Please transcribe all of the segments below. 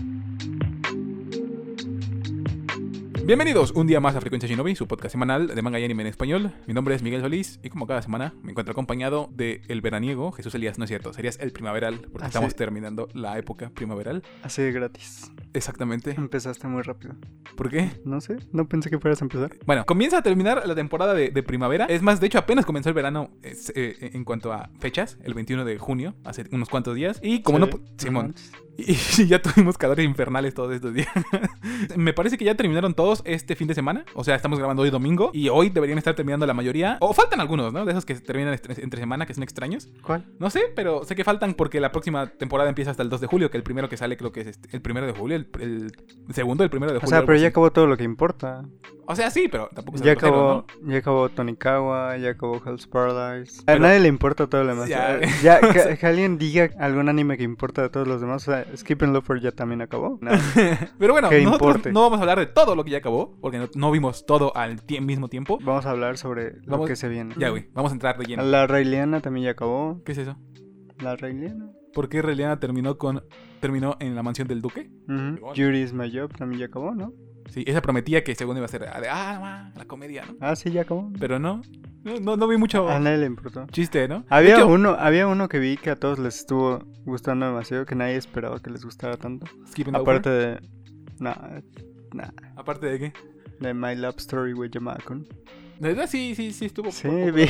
Bienvenidos un día más a Frecuencia Shinobi, su podcast semanal de manga y anime en español. Mi nombre es Miguel Solís y como cada semana me encuentro acompañado de el veraniego Jesús Elías. No es cierto, serías el primaveral porque estamos terminando la época primaveral. Así de gratis. Exactamente. Empezaste muy rápido. ¿Por qué? No sé, no pensé que fueras a empezar. Bueno, comienza a terminar la temporada de primavera. Es más, de hecho apenas comenzó el verano en cuanto a fechas, el 21 de junio, hace unos cuantos días. Y como no... Simón. Y ya tuvimos calores infernales todos estos días. Me parece que ya terminaron todos este fin de semana. O sea, estamos grabando hoy domingo y hoy deberían estar terminando la mayoría. O faltan algunos, ¿no? De esos que terminan entre semana, que son extraños. ¿Cuál? No sé, pero sé que faltan porque la próxima temporada empieza hasta el 2 de julio, que el primero que sale creo que es el 1 de julio, el segundo, el 1 de julio. O sea, pero ya acabó todo lo que importa. O sea, sí, pero tampoco ya acabó, ¿no? Ya acabó Tonikawa, ya acabó Hell's Paradise. A nadie le importa todo lo demás. Ya que alguien diga algún anime que importa de todos los demás. O sea, Skip and Loafer ya también acabó. No. Pero bueno, nosotros no vamos a hablar de todo lo que ya acabó, porque no vimos todo al mismo tiempo. Vamos a hablar sobre lo que se viene. Ya, güey, vamos a entrar de lleno. La Raeliana también ya acabó. ¿Qué es eso? La Raeliana. ¿Por qué Raeliana terminó en la mansión del duque? Yuri is my job también ya acabó, ¿no? Sí, esa prometía que según iba a ser la comedia, ¿no? Ah, sí, ya acabó. Pero no vi mucho. A nadie le importó. Chiste, ¿no? Había uno que vi que a todos les estuvo gustando demasiado, que nadie esperaba que les gustara tanto. Aparte de... Nah. ¿Aparte de qué? De My Love Story with Yamakun. ¿De verdad? Sí, estuvo. Sí,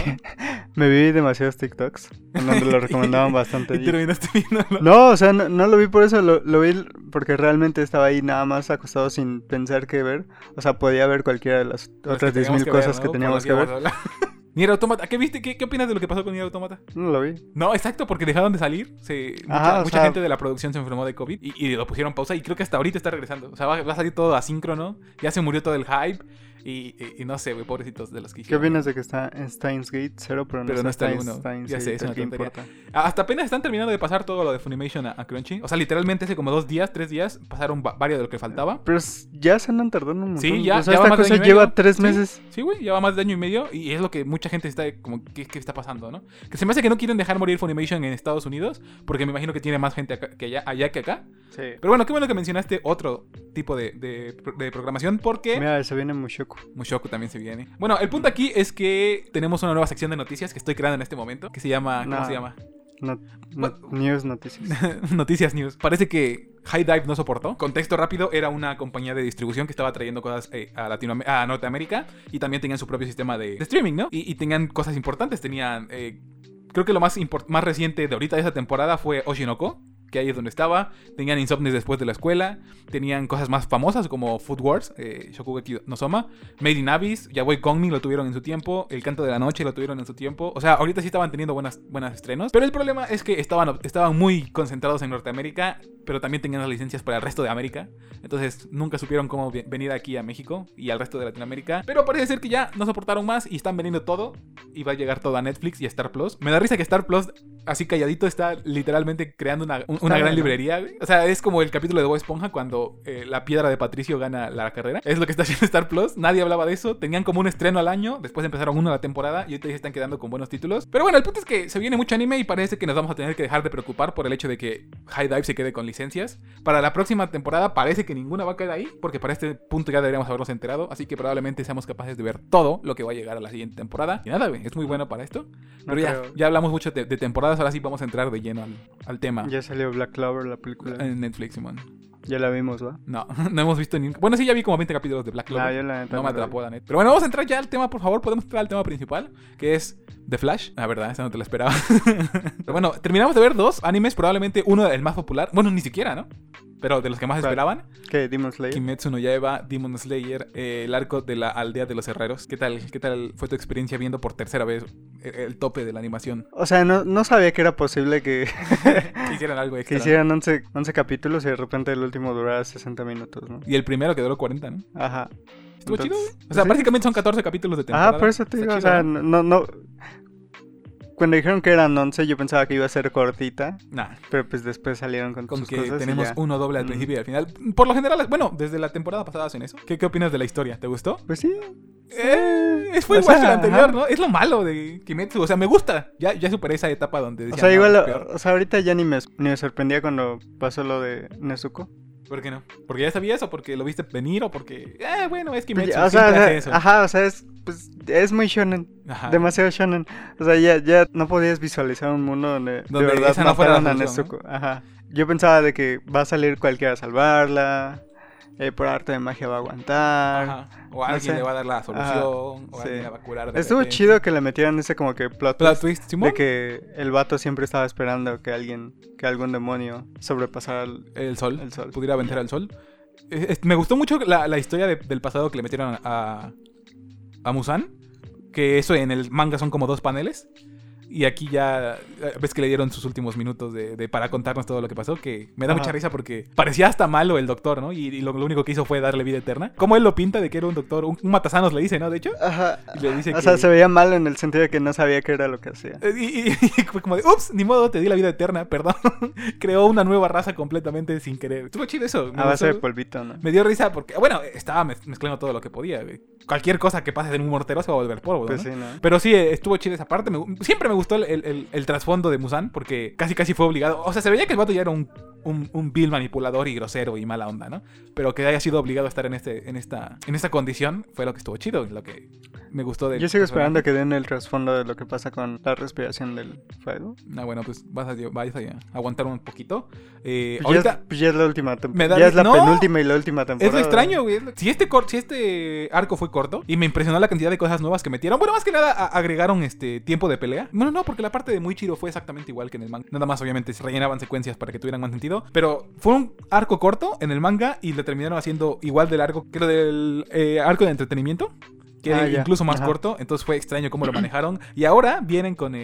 me vi demasiados TikToks en donde lo recomendaban bastante. ¿Y terminaste viéndolo? No, o sea, no lo vi por eso, lo vi porque realmente estaba ahí nada más acostado sin pensar qué ver. O sea, podía ver cualquiera de las otras 10,000 cosas que teníamos que ver. Nier Automata, ¿qué viste? ¿Qué opinas de lo que pasó con Nier Automata? No lo vi. No, exacto, porque dejaron de salir. Mucha gente de la producción se enfermó de COVID y lo pusieron pausa y creo que hasta ahorita está regresando. O sea, va a salir todo asíncrono. Ya se murió todo el hype. Y no sé, güey, pobrecitos de los que hicieron. ¿Qué opinas de que está en Steins Gate 0, pero no está el 1? Ya sé, es una tontería. Hasta apenas están terminando de pasar todo lo de Funimation a Crunchy. O sea, literalmente hace como 3 días pasaron varios de lo que faltaba. Pero ya se andan tardando un montón. Sí, ya. O sea, esta cosa lleva 3 meses. Sí, güey, lleva más de año y medio. Y es lo que mucha gente está como, ¿qué está pasando, no? Que se me hace que no quieren dejar morir Funimation en Estados Unidos. Porque me imagino que tiene más gente allá que acá. Sí. Pero bueno, qué bueno que mencionaste otro tipo de programación porque... Mira, se viene Mushoku. Mushoku también se viene. Bueno, el punto aquí es que tenemos una nueva sección de noticias que estoy creando en este momento, que se llama... ¿Cómo se llama? News Noticias. Noticias News. Parece que HIDIVE no soportó. Contexto rápido, era una compañía de distribución que estaba trayendo cosas a Norteamérica y también tenían su propio sistema de streaming, ¿no? Y tenían cosas importantes. Tenían... creo que lo más reciente de ahorita de esa temporada fue Oshinoko, que ahí es donde estaba. Tenían Insomnes después de la escuela. Tenían cosas más famosas como Food Wars, Shokugeki no Soma, Made in Abyss, Yaoi Kongmi lo tuvieron en su tiempo, El Canto de la Noche lo tuvieron en su tiempo. O sea, ahorita sí estaban teniendo buenos estrenos. Pero el problema es que estaban muy concentrados en Norteamérica, pero también tenían las licencias para el resto de América. Entonces nunca supieron cómo venir aquí a México y al resto de Latinoamérica. Pero parece ser que ya no soportaron más y están vendiendo todo. Y va a llegar todo a Netflix y a Star Plus. Me da risa que Star Plus, así calladito, está literalmente creando una gran librería, güey. O sea, es como el capítulo de Bob Esponja cuando la piedra de Patricio gana la carrera. Es lo que está haciendo Star Plus. Nadie hablaba de eso. Tenían como un estreno al año. Después empezaron uno a la temporada y ahorita ya están quedando con buenos títulos. Pero bueno, el punto es que se viene mucho anime y parece que nos vamos a tener que dejar de preocupar por el hecho de que HIDIVE se quede con licencias. Para la próxima temporada parece que ninguna va a quedar ahí, porque para este punto ya deberíamos habernos enterado. Así que probablemente seamos capaces de ver todo lo que va a llegar a la siguiente temporada. Y nada, güey, es muy bueno para esto. Pero ya hablamos mucho de temporadas. Ahora sí vamos a entrar de lleno al tema. Ya salió Black Clover, la película. En Netflix, Simón. Ya la vimos, ¿va? No hemos visto ni... Bueno, sí, ya vi como 20 capítulos de Black Clover. Yo la neta no me atrapó, la neta. Pero bueno, vamos a entrar ya al tema, por favor. Podemos entrar al tema principal, que es The Flash. La verdad, esa no te la esperaba. Pero bueno, terminamos de ver 2 animes. Probablemente uno el más popular. Bueno, ni siquiera, ¿no? Pero de los que más esperaban. ¿Qué? ¿Demon Slayer? Kimetsu no Yaiba, Demon Slayer, el arco de la aldea de los herreros. ¿Qué tal fue tu experiencia viendo por tercera vez el tope de la animación? O sea, no sabía que era posible que hicieran algo extra. Que hicieran 11 capítulos y de repente el último durara 60 minutos, ¿no? Y el primero que duró 40, ¿no? Ajá. Estuvo chido, güey. O sea, ¿sí? Básicamente son 14 capítulos de temporada. Por eso te digo, o sea, no... Cuando dijeron que eran 11, yo pensaba que iba a ser cortita. Nah. Pero pues después salieron con sus que cosas tenemos uno doble al principio y al final. Por lo general, bueno, desde la temporada pasada hacen eso. ¿Qué opinas de la historia? ¿Te gustó? Pues sí. Fue igual que la anterior, ¿no? Es lo malo de Kimetsu. O sea, me gusta. Ya superé esa etapa donde decía, o sea, igual, ahorita ya ni me sorprendía cuando pasó lo de Nezuko. ¿Por qué no? ¿Porque ya sabías o porque lo viste venir o porque... bueno, es Kimetsu, O siempre sea, hace eso. ajá, o sea, es muy shonen. Ajá. Demasiado shonen. O sea, ya no podías visualizar un mundo donde de verdad esa no fuera la mataron a solución, Nezuko. Ajá. Yo pensaba de que va a salir cualquiera a salvarla, por arte de magia va a aguantar. Ajá. O alguien sé. le va a dar la solución, Ajá, o sí. alguien la va a curar. De Estuvo repente. chido que le metieran ese como que plot Plot twist twist, Simón. de que el vato siempre estaba esperando que algún demonio sobrepasara El sol. el sol. Pudiera vencer al sol. Me gustó mucho la historia del pasado que le metieron a Muzan. Que eso en el manga son como 2 paneles. Y aquí ya ves que le dieron sus últimos minutos para contarnos todo lo que pasó. Que me da Ajá. mucha risa porque parecía hasta malo el doctor, ¿no? Y lo único que hizo fue darle vida eterna. Como él lo pinta de que era un doctor, un matasanos le dice, ¿no? De hecho. Ajá. Y le dice O sea, se veía malo en el sentido de que no sabía qué era lo que hacía. Y fue como de, ups, ni modo, te di la vida eterna, perdón. Creó una nueva raza completamente sin querer. Estuvo chido eso. A base de polvito, ¿no? Me dio risa porque, bueno, estaba mezclando todo lo que podía, güey. Cualquier cosa que pase en un mortero se va a volver polvo, Pues ¿no? sí, ¿no? Pero sí, estuvo chido esa parte. Siempre me gustó el trasfondo de Muzan porque casi fue obligado. O sea, se veía que el vato ya era un vil manipulador y grosero y mala onda, ¿no? Pero que haya sido obligado a estar en esta condición fue lo que estuvo chido, lo que me gustó de... Yo sigo esperando que den el trasfondo de lo que pasa con la respiración del fuego. Bueno, pues vayas a aguantar un poquito. Pues ya es la última temporada. Ya es la penúltima y la última temporada. Es lo extraño, güey. Si este arco fue corto y me impresionó la cantidad de cosas nuevas que metieron. Bueno, más que nada agregaron tiempo de pelea. Bueno, no, porque la parte de Muichiro fue exactamente igual que en el manga. Nada más, obviamente, se rellenaban secuencias para que tuvieran más sentido. Pero fue un arco corto en el manga y lo terminaron haciendo igual de largo que lo del arco de entretenimiento. Que era incluso más corto. Entonces fue extraño cómo lo manejaron. Y ahora vienen con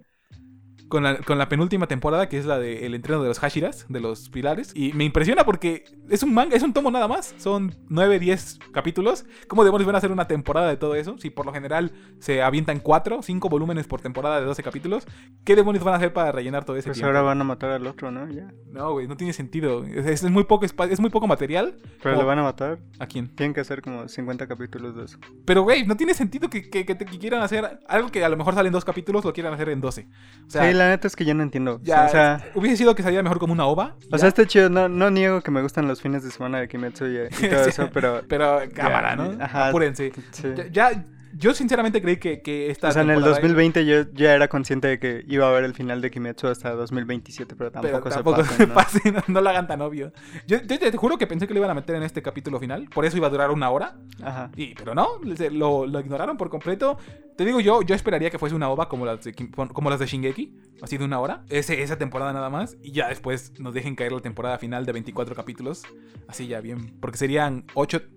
la penúltima temporada, que es la del entreno de los Hashiras, de los pilares. Y me impresiona porque es un manga, es un tomo nada más. Son 9, 10 capítulos. ¿Cómo demonios van a hacer una temporada de todo eso? Si por lo general se avientan 4, 5 volúmenes por temporada de 12 capítulos. ¿Qué demonios van a hacer para rellenar todo ese tiempo? Pues ahora van a matar al otro, ¿no? Ya. No, güey, no tiene sentido. Es muy poco es muy poco material. Pero lo van a matar. ¿A quién? Tienen que hacer como 50 capítulos de eso. Pero, güey, no tiene sentido que quieran hacer algo que a lo mejor sale en 2 capítulos, lo quieran hacer en 12. O sea, sí, la neta es que yo no entiendo. Ya, o sea, hubiese sido que saliera mejor como una ova. O sea, está chido. No niego que me gustan los fines de semana de Kimetsu y todo eso, pero... Pero cámara, ¿no? Ajá. Apúrense. Sí. Yo sinceramente creí que esta... O sea, en el 2020 yo ya era consciente de que iba a haber el final de Kimetsu hasta 2027, pero tampoco se pasen, no lo hagan tan obvio. Yo te juro que pensé que lo iban a meter en este capítulo final, por eso iba a durar 1 hora. Ajá. Pero no, lo ignoraron por completo. Te digo, yo esperaría que fuese una ova como las de Shingeki, así de 1 hora. Esa temporada nada más, y ya después nos dejen caer la temporada final de 24 capítulos. Así ya bien, porque serían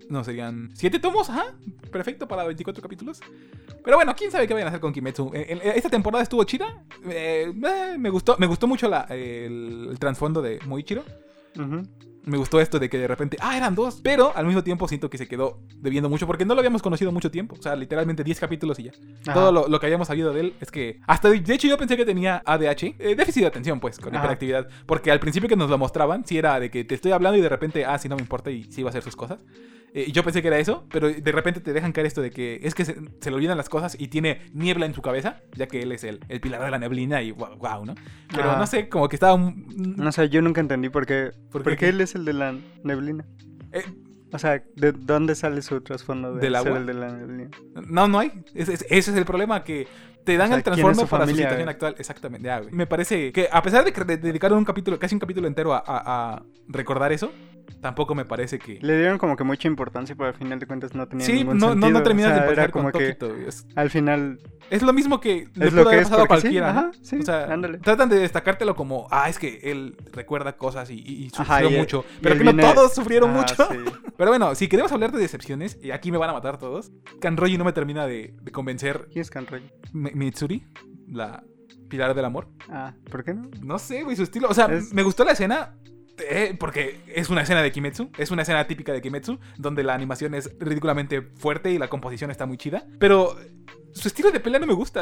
7 tomos, ajá. Perfecto para 24 capítulos. Pero bueno, quién sabe qué vayan a hacer con Kimetsu. Esta temporada estuvo chida. Me gustó mucho el trasfondo de Muichiro. Uh-huh. Me gustó esto de que de repente, eran 2. Pero al mismo tiempo siento que se quedó debiendo mucho porque no lo habíamos conocido mucho tiempo. O sea, literalmente 10 capítulos y ya. Ajá. Todo lo que habíamos sabido de él es que hasta de hecho yo pensé que tenía ADH, déficit de atención pues, con hiperactividad. Porque al principio que nos lo mostraban, sí era de que te estoy hablando y de repente, sí no me importa y sí iba a hacer sus cosas. Y yo pensé que era eso, pero de repente te dejan caer esto de que es que se le olvidan las cosas y tiene niebla en su cabeza, ya que él es el pilar de la neblina y wow, ¿no? Pero no sé, como que estaba... No sé, yo nunca entendí por qué él es el de la neblina. O sea, ¿de dónde sale su trasfondo de ser el de la neblina? No hay. Ese es el problema, que te dan el trasfondo para su situación actual. Exactamente. Güey. Me parece que a pesar de que dedicaron casi un capítulo entero a recordar eso, tampoco me parece que... Le dieron como que mucha importancia, pero al final de cuentas no tenía ningún sentido. Sí, no terminas de empezar como que al final... Es lo mismo que le pudo haber pasado a cualquiera. Sí, ajá, sí, o sea, ándale. Tratan de destacártelo como, es que él recuerda cosas y sufrió mucho. Y pero que viene... no todos sufrieron mucho. Sí. Pero bueno, si queremos hablar de decepciones, y aquí me van a matar todos, Kanroji no me termina de convencer. ¿Quién es Kanroji? Mitsuri, la pilar del amor. ¿Por qué no? No sé, güey, su estilo. O sea, me gustó la escena... porque es una escena de Kimetsu. Es una escena típica de Kimetsu, donde la animación es ridículamente fuerte y la composición está muy chida. Pero Su estilo de pelea no me gusta.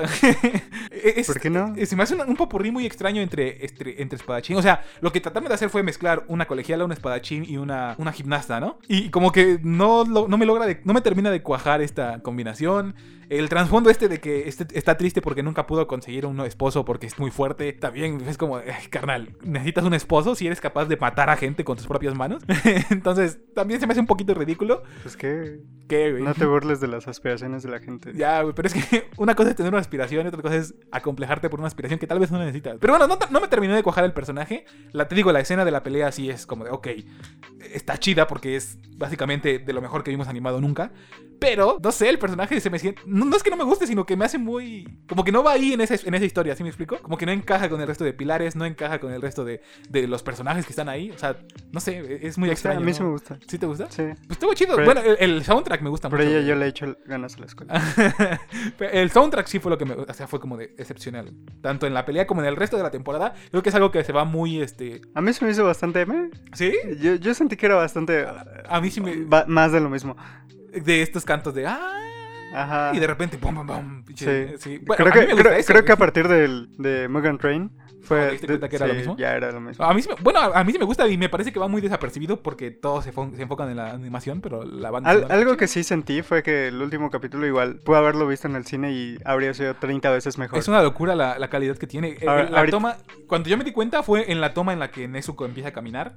¿Por qué no? Se me hace un popurrí muy extraño entre espadachín. O sea, lo que trataron de hacer fue mezclar una colegiala, un espadachín y una gimnasta, ¿no? Y como que no me termina de cuajar esta combinación. El trasfondo de que está triste porque nunca pudo conseguir un esposo porque es muy fuerte. También es como, carnal, necesitas un esposo si eres capaz de matar a gente con tus propias manos. Entonces, también se me hace un poquito ridículo. Pues ¿qué, güey? No te burles de las aspiraciones de la gente. Ya, güey, pero es que una cosa es tener una aspiración y otra cosa es acomplejarte por una aspiración que tal vez no necesitas. Pero bueno, no me terminó de cuajar el personaje. Te digo, la escena de la pelea sí es como de, ok, está chida porque es básicamente de lo mejor que vimos animado nunca. Pero, no sé, el personaje se me siente... No es que no me guste, sino que me hace muy... Como que no va ahí en esa historia, ¿sí me explico? Como que no encaja con el resto de pilares, no encaja con el resto de los personajes que están ahí. O sea, no sé, es muy extraño. A mí ¿no? sí me gusta. ¿Sí te gusta? Sí. Pues estuvo chido. Pero bueno, el soundtrack me gusta mucho. Pero yo le he hecho ganas a la escuela. El soundtrack sí fue lo que o sea, fue como de excepcional. Tanto en la pelea como en el resto de la temporada. Creo que es algo que se va muy, A mí se me hizo bastante... ¿Sí? Yo sentí que era bastante... A mí sí me... Más de lo mismo. De estos cantos de... Ajá. Y de repente, pum, pum, pum. Sí. Bueno, creo que a partir de Mugen Train fue... ¿Te diste cuenta que era lo mismo? Ya era lo mismo. A mí sí me gusta y me parece que va muy desapercibido porque todos se enfocan en la animación, pero la banda... Algo que sí sentí fue que el último capítulo igual pude haberlo visto en el cine y habría sido 30 veces mejor. Es una locura la calidad que tiene. Toma, cuando yo me di cuenta fue en la toma en la que Nezuko empieza a caminar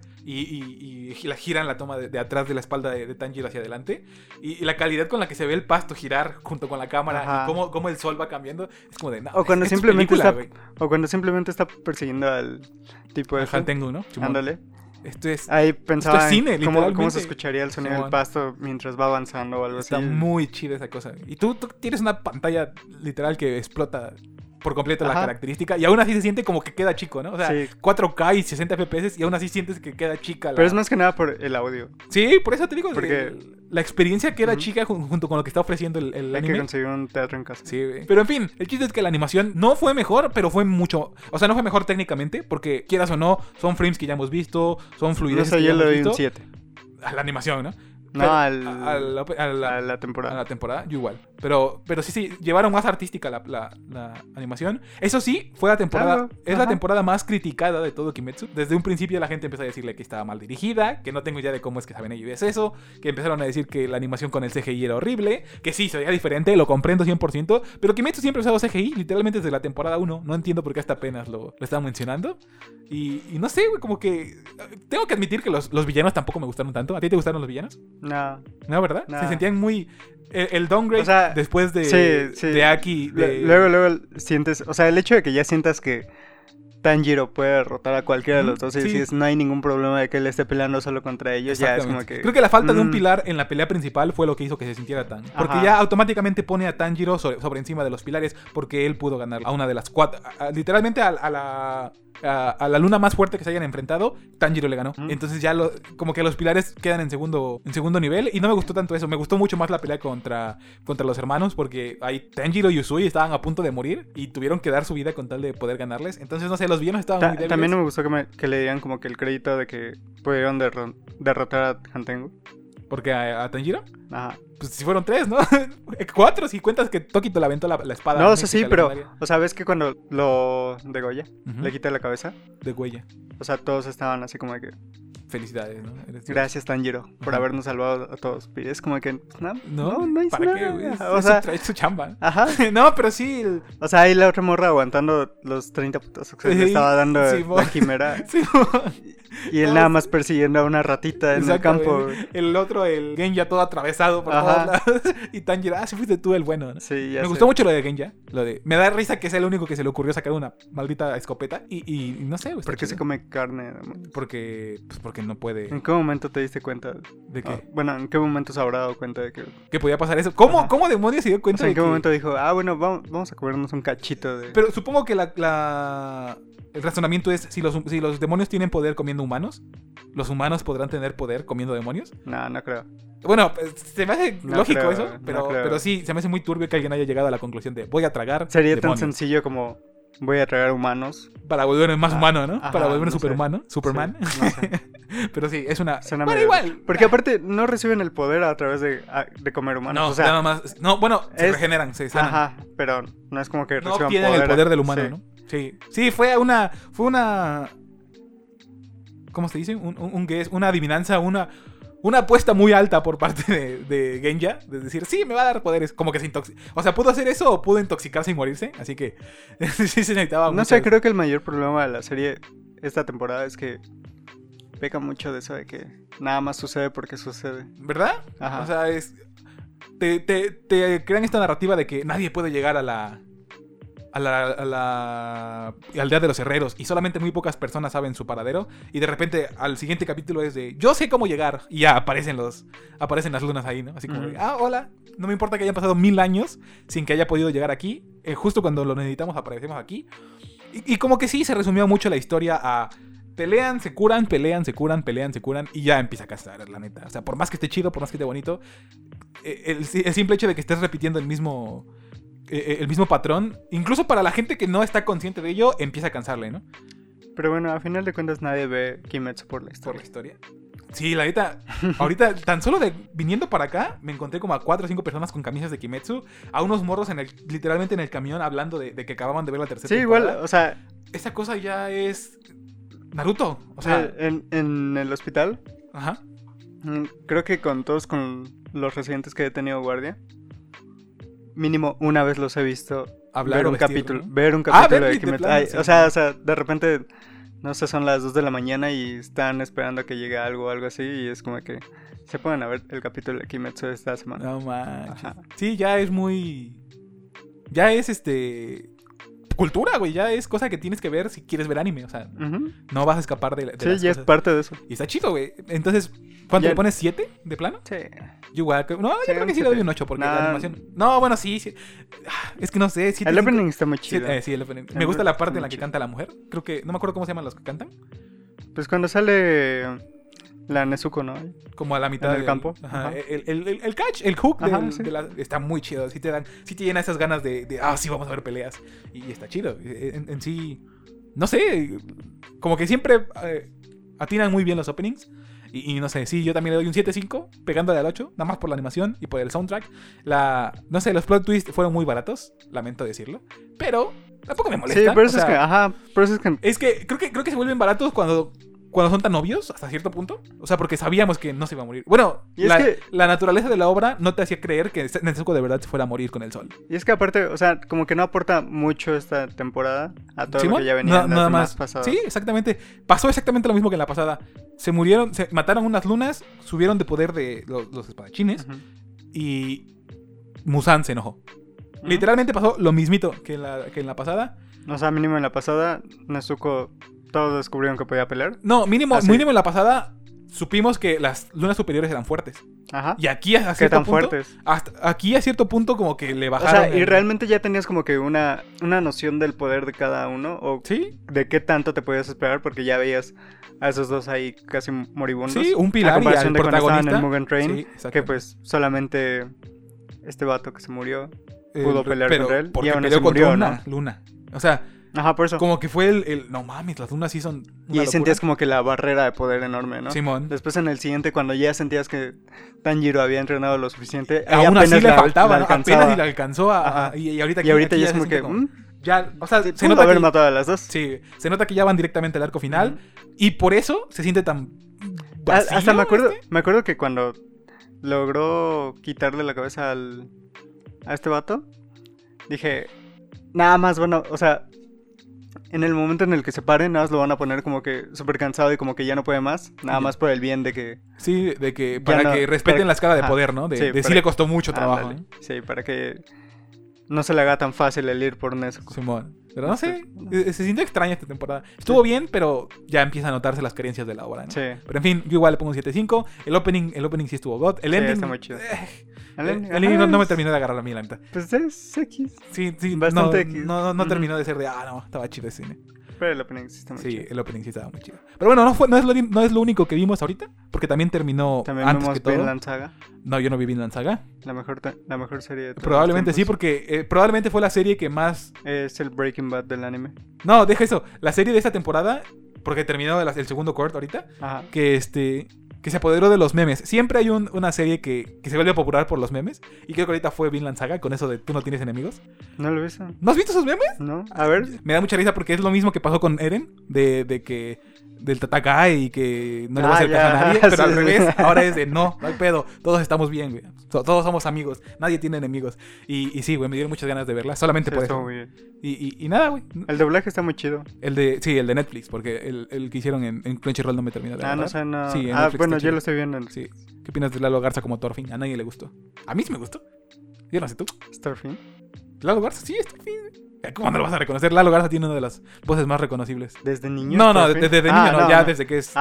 y la gira en la toma de atrás de la espalda de Tanjiro hacia adelante y la calidad con la que se ve el pasto girar junto con la cámara. Ajá. Y cómo el sol va cambiando. Es como de... o cuando simplemente está persiguiendo al tipo de... Al Tengu, ¿no? Ándale. Ahí pensaba cine, cómo se escucharía el sonido del pasto mientras va avanzando o algo así. Está muy chida esa cosa. Y tú tienes una pantalla literal que explota por completo la característica y aún así se siente como que queda chico, ¿no? O sea, sí. 4K y 60 FPS y aún así sientes que queda chica. Pero es más que nada por el audio. Sí, por eso te digo. Porque la experiencia queda chica junto con lo que está ofreciendo el anime. Hay que conseguir un teatro en casa. Sí, pero en fin, el chiste es que la animación no fue mejor, pero fue mucho... O sea, no fue mejor técnicamente porque, quieras o no, son frames que ya hemos visto, son fluidez que ya hemos visto. Yo le doy un 7. A la animación, ¿no? No, a la temporada. A la temporada, yo igual. Pero sí, llevaron más artística la animación. Eso sí, fue la temporada... Claro. Es la temporada más criticada de todo Kimetsu. Desde un principio la gente empezó a decirle que estaba mal dirigida, que no tengo idea de cómo es que saben ellos eso, que empezaron a decir que la animación con el CGI era horrible, que sí, se veía diferente, lo comprendo 100%, pero Kimetsu siempre ha usado CGI, literalmente desde la temporada 1. No entiendo por qué hasta apenas lo estaba mencionando. Y no sé, güey, como que... Tengo que admitir que los villanos tampoco me gustaron tanto. ¿A ti te gustaron los villanos? No, ¿verdad? No. Se sentían muy... El downgrade, o sea, después de Aki... Luego sientes... O sea, el hecho de que ya sientas que Tanjiro puede derrotar a cualquiera de los dos y decís, no hay ningún problema de que él esté peleando solo contra ellos, ya es como que... Creo que la falta de un pilar en la pelea principal fue lo que hizo que se sintiera tan... Porque ya automáticamente pone a Tanjiro sobre encima de los pilares porque él pudo ganar a una de las 4... literalmente a la luna más fuerte que se hayan enfrentado, Tanjiro le ganó. Entonces ya como que los pilares quedan en segundo nivel y no me gustó tanto eso. Me gustó mucho más la pelea contra los hermanos porque ahí Tanjiro y Usui estaban a punto de morir y tuvieron que dar su vida con tal de poder ganarles. Entonces, no sé, los villanos estaban muy débiles. También no me gustó que le dieran como que el crédito de que pudieron derrotar a Hantengu. ¿Por qué a Tanjiro? Ajá. Pues si fueron 3, ¿no? 4 si cuentas que Tokito le aventó la espada. No, o sea, sí, pero... O sea, ¿ves que cuando lo degolla, le quita la cabeza? De huella. O sea, todos estaban así como de que... Felicidades, ¿no? Gracias, Tanjiro, por habernos salvado a todos. Y es como que... No hizo ¿para nada. Qué, güey? O sea... Es su chamba. Ajá. No, pero sí... O sea, ahí la otra morra aguantando los 30 putos que le estaba dando la quimera. Sí, y él nada más persiguiendo a una ratita en el campo. El otro, el Genya todo atravesado por todos lados. Y Tanjiro, sí fuiste tú el bueno, ¿no? Sí, ya Me gustó mucho lo de Genya. Me da risa que es el único que se le ocurrió sacar una maldita escopeta. Y no sé, güey. ¿Por qué se come carne? Porque no puede. ¿En qué momento te diste cuenta? ¿De qué? Bueno, ¿en qué momento se habrá dado cuenta de que... ¿Que podía pasar eso? ¿Cómo demonios se dio cuenta? O sea, ¿en qué momento dijo, bueno, vamos a comernos un cachito de... Pero supongo que el razonamiento es, si los demonios tienen poder comiendo humanos, ¿los humanos podrán tener poder comiendo demonios? No creo. Bueno, se me hace lógico eso, pero sí, se me hace muy turbio que alguien haya llegado a la conclusión de voy a tragar Sería demonios. tan sencillo como voy a tragar humanos. Para volverme más humano, ¿no? Ajá, Para volverme no superhumano. Superman. Sí, no sé. Pero sí, es una... Suena Bueno, medio- igual. Porque aparte no reciben el poder a través de comer humanos. No, o sea, nada más... No, bueno, se es- regeneran, se sanan. ajá, pero no es como que No reciban obtienen el poder del humano, sí. ¿no? Sí. Sí, fue una... ¿Cómo se dice? Un guess, una adivinanza, una apuesta muy alta por parte de Genya. De decir, sí, me va a dar poderes. Como que se intoxica. O sea, pudo hacer eso o pudo intoxicarse y morirse. Así que sí se necesitaba No sé, creo que el mayor problema de la serie esta temporada es que peca mucho de eso de que nada más sucede porque sucede. ¿Verdad? Ajá. O sea, es... Te crean esta narrativa de que nadie puede llegar a la aldea de los herreros y solamente muy pocas personas saben su paradero, y de repente al siguiente capítulo es de yo sé cómo llegar, y ya aparecen las lunas ahí, ¿no? Así como de, hola, no me importa que hayan pasado 1000 años sin que haya podido llegar aquí, justo cuando lo necesitamos aparecemos aquí, y como que sí se resumió mucho la historia a pelean, se curan, pelean, se curan, pelean, se curan, y ya empieza a cansar, la neta. O sea, por más que esté chido, por más que esté bonito, el simple hecho de que estés repitiendo el mismo patrón, incluso para la gente que no está consciente de ello, empieza a cansarle, ¿no? Pero bueno, a final de cuentas nadie ve Kimetsu por la Por historia. la historia. Sí, la neta, ahorita, tan solo viniendo para acá, me encontré como a 4 o 5 personas con camisas de Kimetsu, a unos morros literalmente en el camión hablando de que acababan de ver la tercera Sí, temporada. igual, o sea, Esa cosa ya es Naruto, o sea, en el hospital, ajá. creo que con los residentes que he tenido guardia, mínimo una vez los he visto Hablar ver o un vestir, capítulo, ¿no? ver un capítulo ver de de Kimetsu. plano, Ay, sí. o sea, de repente, no sé, son las 2 de la mañana y están esperando a que llegue algo o algo así, y es como que se ponen a ver el capítulo de Kimetsu de esta semana. No manches. Ajá. Sí, ya es muy... Ya es cultura, güey. Ya es cosa que tienes que ver si quieres ver anime. O sea, Ujú. no vas a escapar de Sí, las ya es cosas. parte de eso. Y está chido, güey. Entonces, ¿cuánto Ya- le pones? ¿7 de plano? Sí. Yo igual. No, yo Sí, creo que un sí le doy 7. un 8 porque Nah. la animación... No, bueno, sí. Es que no sé. 7, El 5, opening está muy chido. Sí, el opening. Me El gusta la opening parte está en la muy que chido. canta la mujer. Creo que... No me acuerdo cómo se llaman los que cantan. Pues cuando sale la Nezuko, ¿no? Como a la mitad En el del campo. Ajá. Ajá. El catch, el hook Ajá, del- sí. está muy chido. Sí te llena esas ganas de sí, vamos a ver peleas. Y está chido. En sí, no sé, como que siempre atinan muy bien los openings. Y no sé, sí, yo también le doy un 7.5, pegándole al 8, nada más por la animación y por el soundtrack. No sé, los plot twists fueron muy baratos, lamento decirlo. Pero tampoco me molesta. Sí, pero eso o es que, sea, ajá, pero eso es que es que creo que se vuelven baratos cuando son tan obvios, hasta cierto punto. O sea, porque sabíamos que no se iba a morir. Bueno, Y es que- la naturaleza de la obra no te hacía creer que Nezuko de verdad se fuera a morir con el sol. Y es que aparte, o sea, como que no aporta mucho esta temporada a todo lo ¿Simón? que ya venía en las Nada demás más. pasadas. Sí, exactamente. Pasó exactamente lo mismo que en la pasada. Se mataron unas lunas, subieron de poder de los espadachines Ujú. y Musan se enojó. Ujú. Literalmente pasó lo mismito que en la pasada. O sea, mínimo en la pasada, Nezuko, todos descubrieron que podía pelear. No, mínimo Ah, sí. en la pasada supimos que las lunas superiores eran fuertes. Ajá. Y aquí a ¿Qué cierto tan punto, fuertes? aquí a cierto punto como que le O bajaron. sea, y realmente ya tenías como que una noción del poder de cada uno, o Sí, de qué tanto te podías esperar, porque ya veías a esos dos ahí casi moribundos. sí, un A pilar y comparación al de cuando estaban protagonista. en Mugen Train, Sí, exacto. que pues solamente este vato que se murió pudo pelear pero contra él, y porque aún peleó así contra murió, una ¿no? luna. O sea, Ajá, por eso. como que fue no mames, las lunas sí son Y una ahí sentías locura. como que la barrera de poder enorme, ¿no? Simón. Después en el siguiente, cuando ya sentías que Tanjiro había entrenado lo suficiente, ahí Aún así apenas le la- faltaba, la ¿no? alcanzaba. Apenas y la alcanzó Ajá. y ahorita Y ahorita aquí ya es se como que... siente ya, o sea, se pudo nota haber que matado a las dos. sí, se nota que ya van directamente al arco final y por eso se siente tan vacío, Hasta me acuerdo que cuando logró quitarle la cabeza a este vato, dije, nada más, bueno, o sea, en el momento en el que se paren, nada más lo van a poner como que súper cansado y como que ya no puede más, nada Ya. más por el bien de que... Sí, de que Ya para no- que respeten para- la escala de ajá. poder, ¿no? De Sí, sí para- le costó mucho trabajo. Ándale. ¿no? Sí, para que no se le haga tan fácil el ir por Nezuko. Simón. Pero no sé, se sintió extraña esta temporada. Estuvo bien, pero ya empieza a notarse las carencias de la obra, ¿no? Sí. Pero en fin, yo igual le pongo un 7.5. El opening sí estuvo god. El Sí, ending... está muy chido. el ending no me terminó de agarrar a mí, la neta. Pues es X. Sí, Bastante no, X. no Ujú. terminó de ser de, no, estaba chido ese cine. Pero el opening sí está muy Sí, chido. el opening sí estaba muy chido. Pero bueno, no es lo único que vimos ahorita, porque también terminó También antes vimos que todo. Vinland Saga, No, yo no vi Vinland Saga. la mejor serie de todos Probablemente los sí, tiempos. porque probablemente fue la serie que más... Es el Breaking Bad del anime. No, deja eso. La serie de esta temporada, porque terminó el segundo quarter ahorita, Ajá. que se apoderó de los memes. Siempre hay una serie que se vuelve popular por los memes. Y creo que ahorita fue Vinland Saga, con eso de tú no tienes enemigos. ¿No lo viste? ¿No has visto esos memes? ¿No? A ver. Me da mucha risa porque es lo mismo que pasó con Eren, de que del Tatakai y que no le va a hacer caso a nadie, pero sí, al sí. revés, ahora es de no hay pedo, todos estamos bien, güey. Todos somos amigos, nadie tiene enemigos. Y sí, güey, me dieron muchas ganas de verla, solamente Sí, por estuvo eso. muy bien. Y nada, güey. El doblaje está muy chido. El de Netflix, porque el que hicieron en Crunchyroll no me terminó de No agradar. sé, no. Sí, en Ah, Netflix bueno, está yo chido. lo estoy viendo en Sí. ¿Qué opinas de Lalo Garza como Thorfinn? A nadie le gustó. A mí sí me gustó. Yo no sé tú. Starfin. Lalo Garza, sí, es Thorfinn. ¿Cómo no lo vas a reconocer? Lalo Garza tiene una de las voces más reconocibles. ¿Desde niño? No, Thorfinn? desde niño no, ya desde que es...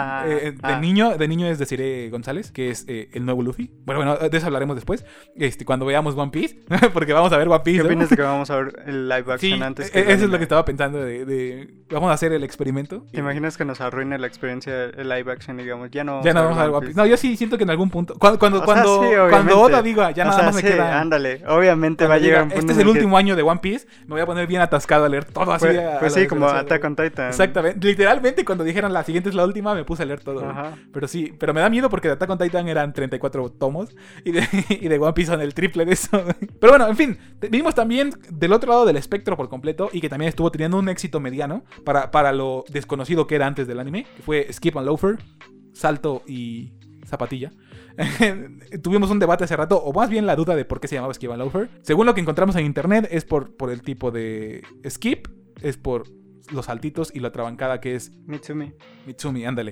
de niño es Desiree González, que es el nuevo Luffy. Bueno, de eso hablaremos después. Cuando veamos One Piece, porque vamos a ver One Piece. ¿Qué ¿no? opinas de que vamos a ver el live Sí, action antes que el eso es lo anime? que estaba pensando vamos a hacer el experimento. ¿Te imaginas que nos arruine la experiencia el live action y digamos, ya no Ya no vamos a ver One Piece. No, yo sí siento que en algún punto... Cuando O sea, sí, obviamente. cuando Oda diga, ya O nada sea, más me sí, queda... ándale, obviamente va a Cuando llegar diga, un punto este es en el el que- último año de One Piece, me voy a poner bien atascado a leer todo así. Pues, a pues la sí, como desgracia. Attack on Titan. Exactamente. Literalmente cuando dijeron la siguiente es la última, me puse a leer todo. güey. Ajá. Pero sí, pero me da miedo porque de Attack on Titan eran 34 tomos y de One Piece son el triple de eso. güey. Pero bueno, en fin, vimos también del otro lado del espectro por completo y que también estuvo teniendo un éxito mediano para lo desconocido que era antes del anime, que fue Skip and Loafer, Salto y Zapatilla. Tuvimos un debate hace rato, o más bien la duda de por qué se llamaba Skip and Loafer. Según lo que encontramos en internet, es por el tipo de skip, es por los saltitos y la trabancada que es Mitsumi, ándale.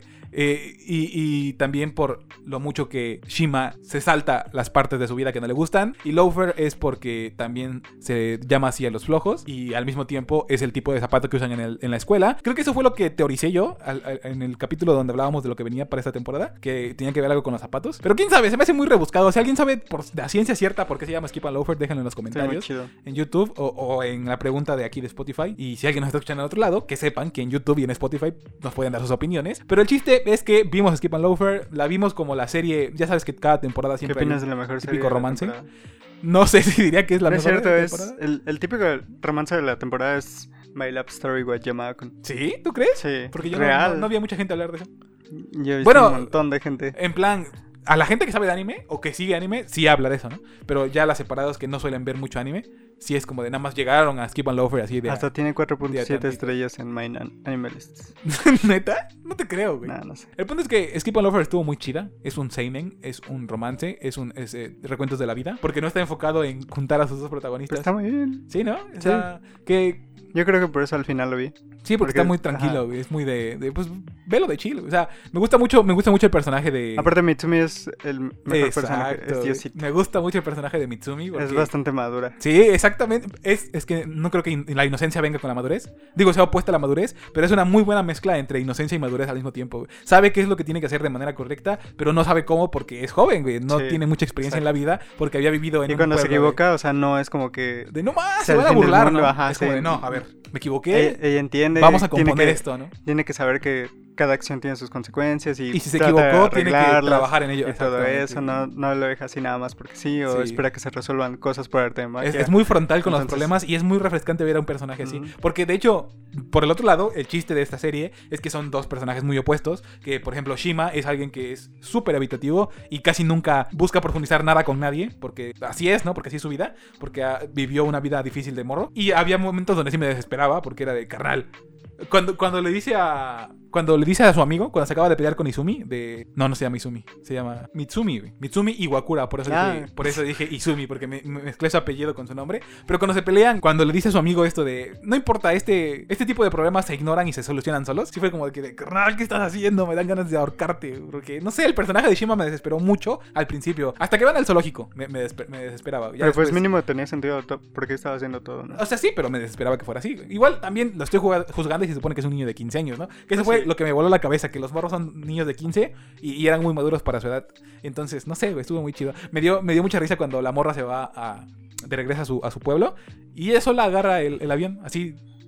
Y también por lo mucho que Shima se salta las partes de su vida que no le gustan. Y Loafer es porque también se llama así a los flojos. Y al mismo tiempo es el tipo de zapato que usan en la escuela. Creo que eso fue lo que teoricé yo en el capítulo donde hablábamos de lo que venía para esta temporada. Que tenía que ver algo con los zapatos. Pero quién sabe, se me hace muy rebuscado. Si alguien sabe por la ciencia cierta por qué se llama Skip and Loafer, déjenlo en los Está muy comentarios. chido. En YouTube o en la pregunta de aquí de Spotify. Y si alguien nos está escuchando al otro lado, que sepan que en YouTube y en Spotify nos pueden dar sus opiniones. Pero el chiste es que vimos Skip and Loafer, la vimos como la serie, ya sabes que cada temporada ¿Qué siempre opinas hay de la mejor serie? típico de la romance. temporada? No sé si diría que es la No es mejor cierto, de la es temporada. el típico romance de la temporada es My Love Story with Yamada-kun. ¿Sí? ¿Tú crees? Sí, Porque yo real. no había mucha gente hablar de eso. Yo he visto Bueno, un montón de gente. En plan, a la gente que sabe de anime o que sigue anime, sí habla de eso, ¿no? Pero ya las separados que no suelen ver mucho anime, sí es como de nada más llegaron a Skip and Loafer así de... Hasta tiene de 4.7 tantito. estrellas en My Animalists. ¿Neta? No te creo, güey. Nah, no sé. El punto es que Skip and Loafer estuvo muy chida. Es un seinen, es un romance, es recuentos de la vida. Porque no está enfocado en juntar a sus dos Pero protagonistas. está muy bien. Sí, ¿no? O sea, que... Yo creo que por eso al final lo vi. Sí, porque Porque- está muy tranquilo, ajá. güey. Es muy pues, velo de chill. O sea, me gusta mucho el personaje de... Aparte, Mitsumi es el mejor personaje. Exacto, Es güey. Diosito. Me gusta mucho el personaje de Mitsumi. Es porque- bastante madura. Sí, exactamente. Es que no creo que la inocencia venga con la madurez. Digo, sea opuesta a la madurez, pero es una muy buena mezcla entre inocencia y madurez al mismo tiempo. Güey. Sabe qué es lo que tiene que hacer de manera correcta, pero no sabe cómo porque es joven, güey. No Sí, tiene mucha experiencia en exacto. la vida porque había vivido en Y un cuando se pueblo equivoca, o sea, no es como que... de no más, sea se el van a fin del burlar, mundo, ¿no? ajá, Es como sí. de, no, a ver, me equivoqué. Ella entiende. Vamos a tiene componer que- esto, ¿no? Tiene que saber que cada acción tiene sus consecuencias y Y si se trata de equivocó, tiene que arreglarlas trabajar en ello. y todo Exactamente. eso, no lo deja así nada más porque sí, o Sí. espera que se resuelvan cosas por arte de magia. Es muy frontal con los Entonces- problemas y es muy refrescante ver a un personaje así. Ujú. Porque de hecho, por el otro lado, el chiste de esta serie es que son dos personajes muy opuestos. Que por ejemplo, Shima es alguien que es súper habitativo y casi nunca busca profundizar nada con nadie. Porque así es, ¿no? Porque así es su vida. Porque vivió una vida difícil de morro. Y había momentos donde sí me desesperaba porque era de carnal. Cuando le dice a su amigo, cuando se acaba de pelear con Izumi, no se llama Izumi, se llama Mitsumi, güey. Mitsumi Iwakura, por eso dije Izumi, porque me mezclé su apellido con su nombre. Pero cuando se pelean, cuando le dice a su amigo esto de, no importa, este tipo de problemas se ignoran y se solucionan solos, sí fue como de que, carnal, ¿qué estás haciendo? Me dan ganas de ahorcarte, porque, no sé, el personaje de Shima me desesperó mucho al principio, hasta que van al zoológico, me desesperaba. Ya Pero pues después- mínimo tenía sentido porque estaba haciendo todo, ¿no? O sea, sí, pero me desesperaba que fuera así. Güey. Igual también lo estoy juzgando y se supone que es un niño de 15 años, ¿no? Que eso Pues fue sí. lo que me voló la cabeza, que los morros son niños de 15 y eran muy maduros para su edad. Entonces, no sé, güey, estuvo muy chido. Me dio mucha risa cuando la morra se va de regreso a su pueblo y ella sola agarra el avión, así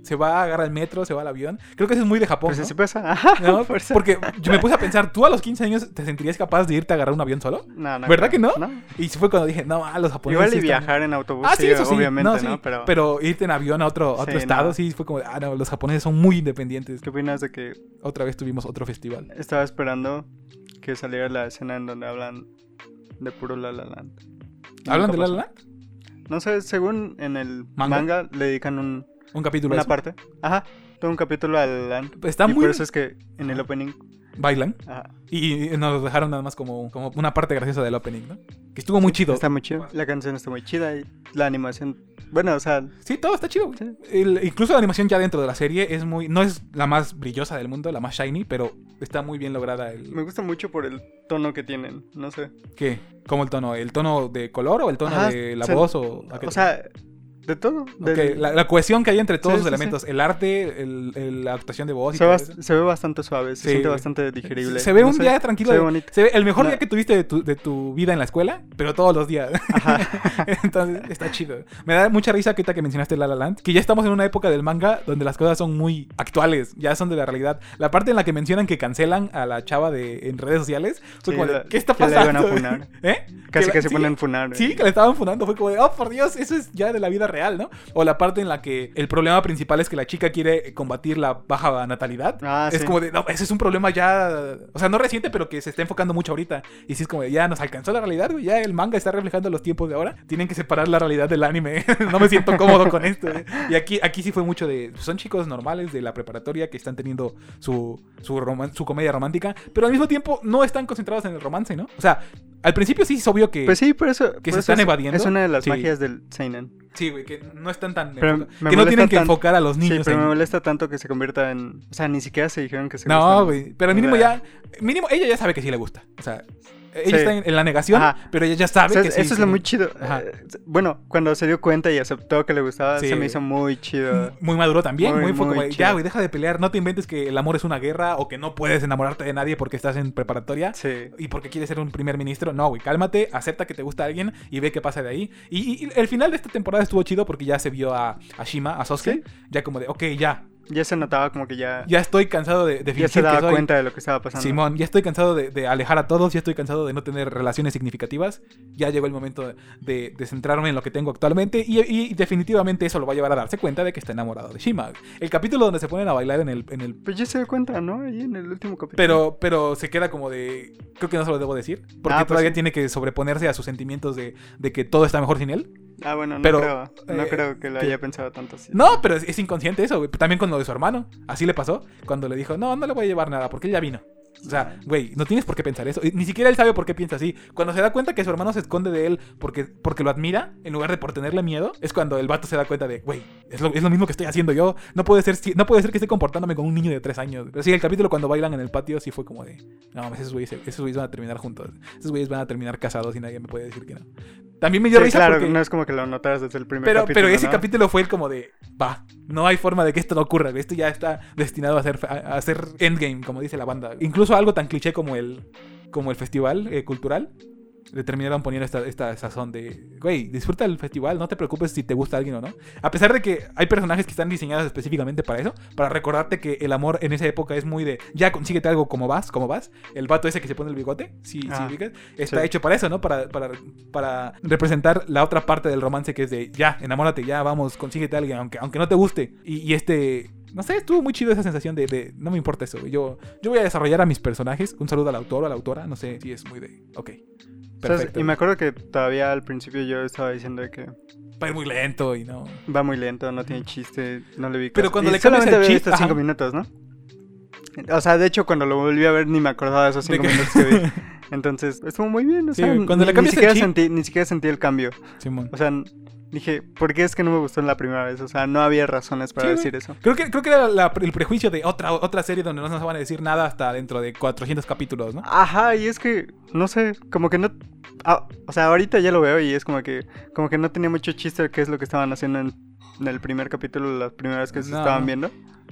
se va, agarra el metro, se va al avión. Creo que eso es muy de Japón, Pues ¿no? así pasa. Ajá, ¿No? por eso. Porque yo me puse a pensar, ¿tú a los 15 años te sentirías capaz de irte a agarrar un avión solo? No, no ¿Verdad creo. que no? Y fue cuando dije, no, los japoneses Igual y sí están- viajar en autobús, Ah, sí, eso sí. obviamente, No, sí. ¿no? Pero irte en avión a otro Sí, estado, no. sí, fue como, no, los japoneses son muy independientes. ¿Qué opinas de que Otra vez tuvimos otro festival. estaba esperando que saliera la escena en donde hablan de puro La La Land? ¿Hablan Nunca de La La pasó. Land? No sé, según en el ¿Manga? manga le dedican Un capítulo una de eso. parte. Ajá, todo un capítulo a La La Land. Está Y muy... por eso es que en el opening... Bailan. Ajá, Y nos dejaron nada más como una parte graciosa del opening, ¿no? Que estuvo muy chido. está muy chido. La canción está muy chida y la animación... Bueno, o sea... Sí, todo está chido. Sí. Incluso la animación ya dentro de la serie es muy... No es la más brillosa del mundo, la más shiny, pero está muy bien lograda. Me gusta mucho por el tono que tienen, no sé. ¿Qué? ¿Cómo el tono? ¿El tono de color o el tono Ajá, de la se- voz? ¿A qué O te- sea, de todo. Ok, la cohesión que hay entre todos Sí, los sí, elementos. El arte, la actuación de voz y se, todo va- eso. se ve bastante suave, se Sí. siente bastante digerible. Se ve no un sé, día tranquilo. Se ve de- bonito. se ve el mejor No. día que tuviste de tu vida en la escuela, pero todos los días. Ajá. Entonces, está chido. Me da mucha risa que ahorita que mencionaste La La Land, que ya estamos en una época del manga donde las cosas son muy actuales, ya son de la realidad. La parte en la que mencionan que cancelan a la chava en redes sociales, fue Sí, como de, la- ¿qué está que la iban a pasando? funar. ¿Eh? Casi que se sí, ponen a funar. Sí, que le estaban funando. Fue como de, oh, por Dios, eso es ya de la vida real, ¿no? O la parte en la que el problema principal es que la chica quiere combatir la baja natalidad. Ah, Es sí. como de, no, ese es un problema ya, o sea, no reciente, pero que se está enfocando mucho ahorita. Y sí es como de, ya nos alcanzó la realidad, güey, ya el manga está reflejando los tiempos de ahora. Tienen que separar la realidad del anime. No me siento cómodo con esto. Y aquí sí fue mucho de, son chicos normales de la preparatoria que están teniendo su comedia romántica, pero al mismo tiempo no están concentrados en el romance, ¿no? O sea, al principio sí es obvio que... Pues sí, por eso. que por se eso están evadiendo. Es una de las Sí. magias del Seinen. Sí, güey, que no están tan... Pero que me no molesta tienen que tan- enfocar a los niños Sí, pero en- me molesta tanto que se convierta en. O sea, ni siquiera se dijeron que se No, gustan. güey. Pero mínimo O sea, ya. Mínimo, ella ya sabe que sí le gusta. O sea, ella Sí. está en la negación, Ajá. pero ella ya sabe o sea, que sí. eso es sí. lo muy chido. Ajá. Bueno, cuando se dio cuenta y aceptó que le gustaba, Sí, se me güey. hizo muy chido. Muy maduro también. Muy, Muy, fue muy como, de, chido. ya, güey, deja de pelear. No te inventes que el amor es una guerra o que no puedes enamorarte de nadie porque estás en preparatoria. Sí. Y porque quieres ser un primer ministro. No, güey, cálmate, acepta que te gusta alguien y ve qué pasa de ahí. Y el final de esta temporada estuvo chido porque ya se vio a Shima, a Sasuke. Sí. Ya como de, ok, ya Ya se notaba como que ya estoy cansado de fingir se que daba soy... cuenta de lo que estaba pasando. Simón, ya estoy cansado de alejar a todos, ya estoy cansado de no tener relaciones significativas. Ya llegó el momento de centrarme en lo que tengo actualmente y definitivamente eso lo va a llevar a darse cuenta de que está enamorado de Shima. El capítulo donde se ponen a bailar en el Pues ya se dio cuenta, ¿no? Ahí en el último capítulo. pero se queda como de... Creo que no se lo debo decir. Porque Ah, pues todavía sí. tiene que sobreponerse a sus sentimientos de que todo está mejor sin él. Ah, bueno, no pero, creo. No eh, creo que lo que- haya pensado tanto así. No, pero es inconsciente eso, güey. También con lo de su hermano. Así le pasó. Cuando le dijo, no le voy a llevar nada porque él ya vino. O sea, güey, no tienes por qué pensar eso. Y ni siquiera él sabe por qué piensa así. Cuando se da cuenta que su hermano se esconde de él porque lo admira, en lugar de por tenerle miedo, es cuando el vato se da cuenta de, güey, es lo mismo que estoy haciendo yo. No puede ser que esté comportándome como un niño de 3 años. Pero sí, el capítulo cuando bailan en el patio sí fue como de, no, esos güeyes van a terminar juntos. Esos güeyes van a terminar casados y nadie me puede decir que no. También me dio Sí, risa claro, porque... no es como que lo notaras desde el primer capítulo. Pero ese ¿no? capítulo fue el como de, va, no hay forma de que esto no ocurra, esto ya está destinado a ser endgame, como dice la banda. Incluso algo tan cliché como el festival cultural, le terminaron poniendo esta sazón de, güey, disfruta el festival, no te preocupes si te gusta alguien o no. A pesar de que hay personajes que están diseñados específicamente para eso, para recordarte que el amor en esa época es muy de, ya consíguete algo como vas. El vato ese que se pone el bigote, si ubicas, está sí. hecho para eso, ¿no? Para representar la otra parte del romance que es de, ya, enamórate, ya, vamos, consíguete a alguien, aunque no te guste. Y no sé, estuvo muy chido esa sensación de no me importa eso. Yo voy a desarrollar a mis personajes. Un saludo al autor o a la autora. No sé si es muy de, ok, perfecto. Y me acuerdo que todavía al principio yo estaba diciendo de que Va a ir muy lento y no... va muy lento, no tiene chiste, no le vi Pero caso. cuando Y le cambias solamente el había chip, visto 5 ajá. minutos, ¿no? O sea, de hecho, cuando lo volví a ver ni me acordaba de esos ¿De 5 qué? minutos que vi. Entonces, estuvo muy bien, o Sí, sea, cuando le cambias el ni siquiera sentí el cambio. Simón. O sea, dije, ¿por qué es que no me gustó en la primera vez? O sea, no había razones para Sí, decir eso. Creo que era el prejuicio de otra serie donde no nos van a decir nada hasta dentro de 400 capítulos, ¿no? Ajá, y es que, no sé, como que no... o sea, ahorita ya lo veo y es como que no tenía mucho chiste de qué es lo que estaban haciendo en el primer capítulo, las primeras que se No. estaban viendo.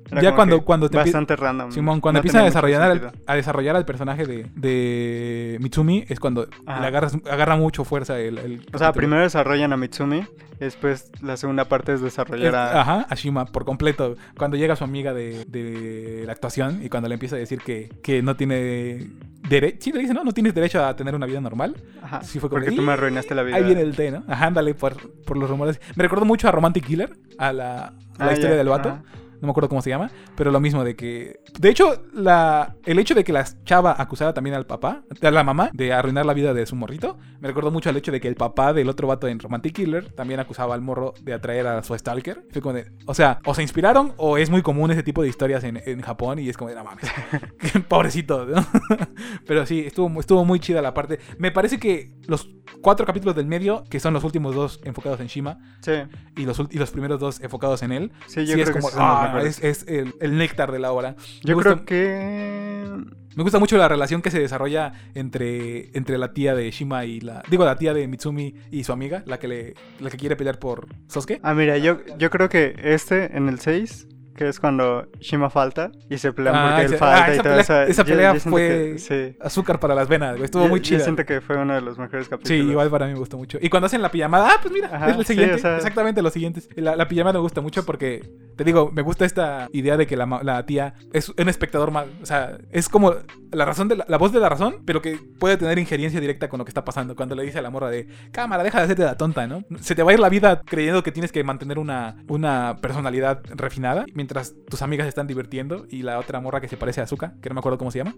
Era Ya como cuando que te bastante random. Simón, cuando No empiezan tenía mucho sentido. a desarrollar al personaje de Mitsumi, es cuando Ajá. le agarra mucho fuerza el O sea, capítulo. primero desarrollan a Mitsumi, y después la segunda parte es desarrollar a... Ajá, a Shima por completo. Cuando llega su amiga de la actuación y cuando le empieza a decir que no tiene derecho. Sí, le dice, ¿no? No tienes derecho a tener una vida normal. Ajá, Sí, fue como porque de, tú me arruinaste la vida. Ahí viene el té, ¿no? Ajá, ándale por los rumores. Me recordó mucho a Romantic Killer, a la historia ya, del vato. ajá. No me acuerdo cómo se llama, pero lo mismo de que... De hecho, el hecho de que la chava acusara también al papá, a la mamá, de arruinar la vida de su morrito, me recordó mucho al hecho de que el papá del otro vato en Romantic Killer también acusaba al morro de atraer a su stalker. Fue como de... O sea, o se inspiraron o es muy común ese tipo de historias en Japón y es como de, no mames, pobrecito, ¿no? Pero sí, estuvo muy chida la parte. Me parece que los 4 capítulos del medio, que son los últimos 2 enfocados en Shima, Sí, y los primeros 2 enfocados en él, sí, yo sí creo es que como, sí son los mejores. es el néctar de la obra. Yo Me creo gusta- que... Me gusta mucho la relación que se desarrolla entre la tía de Shima y la tía de Mitsumi y su amiga, la que quiere pelear por Sosuke. Ah, mira, yo creo que en el 6, que es cuando Shima falta y se pelean porque él falta y todo eso. Esa pelea yo siento fue que- sí. azúcar para las venas, güey. Estuvo muy Yo chida. siento que fue uno de los mejores Sí, capítulos. igual para mí me gustó mucho. Y cuando hacen la pijamada, pues mira, Ajá, es el sí, siguiente. o sea- Exactamente los siguientes. La pijamada me gusta mucho porque, te digo, me gusta esta idea de que la tía es un espectador mal. O sea, es como la voz de la razón, pero que puede tener injerencia directa con lo que está pasando. Cuando le dice a la morra de, cámara, deja de hacerte la tonta, ¿no? Se te va a ir la vida creyendo que tienes que mantener una personalidad refinada mientras tus amigas se están divirtiendo y la otra morra que se parece a Azuka, que no me acuerdo cómo se llama.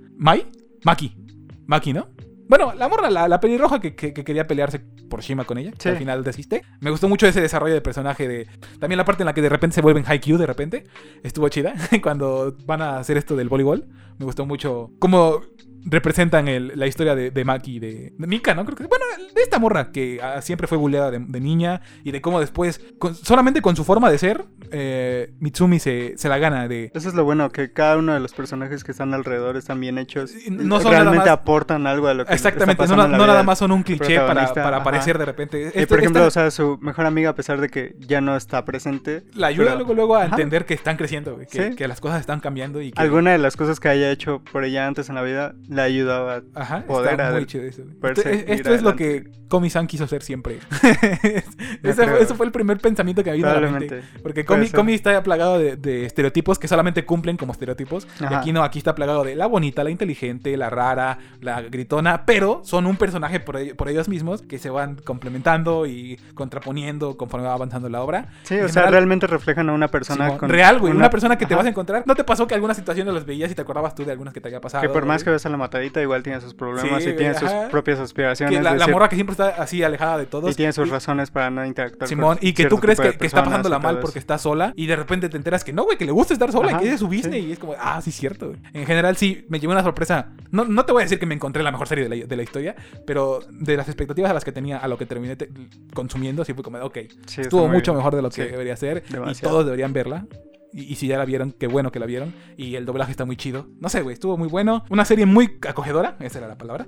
Maki, ¿no? Bueno, la morra, la pelirroja que quería pelearse por Shima con ella, que Sí. al final desiste. Me gustó mucho ese desarrollo de personaje también la parte en la que de repente se vuelven Haikyuu de repente. Estuvo chida. Cuando van a hacer esto del voleibol. Me gustó mucho cómo representan la historia de Maki, de Mika, ¿no? Creo que, bueno, de esta morra que siempre fue bulleada de niña y de cómo después, solamente con su forma de ser, Mitsumi se la gana de... Eso es lo bueno, que cada uno de los personajes que están alrededor están bien hechos. No son realmente nada más- aportan algo a lo que Exactamente, está no, pasando en la no vida nada del más son un cliché protagonista, para ajá. aparecer de repente. Y por ejemplo, o sea, su mejor amiga, a pesar de que ya no está presente, la ayuda pero- luego a Ajá. entender que están creciendo, güey, Sí. que las cosas están cambiando y que... alguna de las cosas que haya hecho por ella antes en la vida la ayudaba. Ajá, poder está muy ad- chido eso. poder Esto, seguir esto es lo adelante. que Komi-san quiso ser siempre. Yo creo. Eso fue el primer pensamiento que me vino a la Probablemente. mente. Porque Puede ser. Komi está plagado de estereotipos que solamente cumplen como estereotipos. Y Ajá. aquí no, aquí está plagado de la bonita, la inteligente, la rara, la gritona, pero son un personaje por ellos mismos que se van complementando y contraponiendo conforme va avanzando la obra. Sí, En o sea, general, realmente reflejan a una persona Simón, con... real, güey. Una persona que te Ajá. vas a encontrar. ¿No te pasó que algunas situaciones las veías y te acordabas tú de algunas que te había pasado? Que por más güey? que ves a la matadita, igual tiene sus problemas Sí, y tiene güey, sus ajá. propias aspiraciones. Que la de cier- morra que siempre está así alejada de todos. y tiene sus razones para no interactuar Simón, con y que tú cierto crees tipo de que está personas pasándola y todo mal eso. porque está sola y de repente te enteras que no, güey, que le gusta estar sola, Ajá, que ese es su business sí. y es como, sí, cierto. Güey. En general sí, me llevó una sorpresa. No te voy a decir que me encontré la mejor serie de la historia, pero de las expectativas a las que tenía, a lo que terminé consumiendo, sí fue como, ok, Sí, estuvo está muy mucho bien. mejor de lo que Sí, debería ser y demasiado. todos deberían verla. Y si ya la vieron, qué bueno que la vieron. Y el doblaje está muy chido. No sé, güey, estuvo muy bueno. Una serie muy acogedora, esa era la palabra,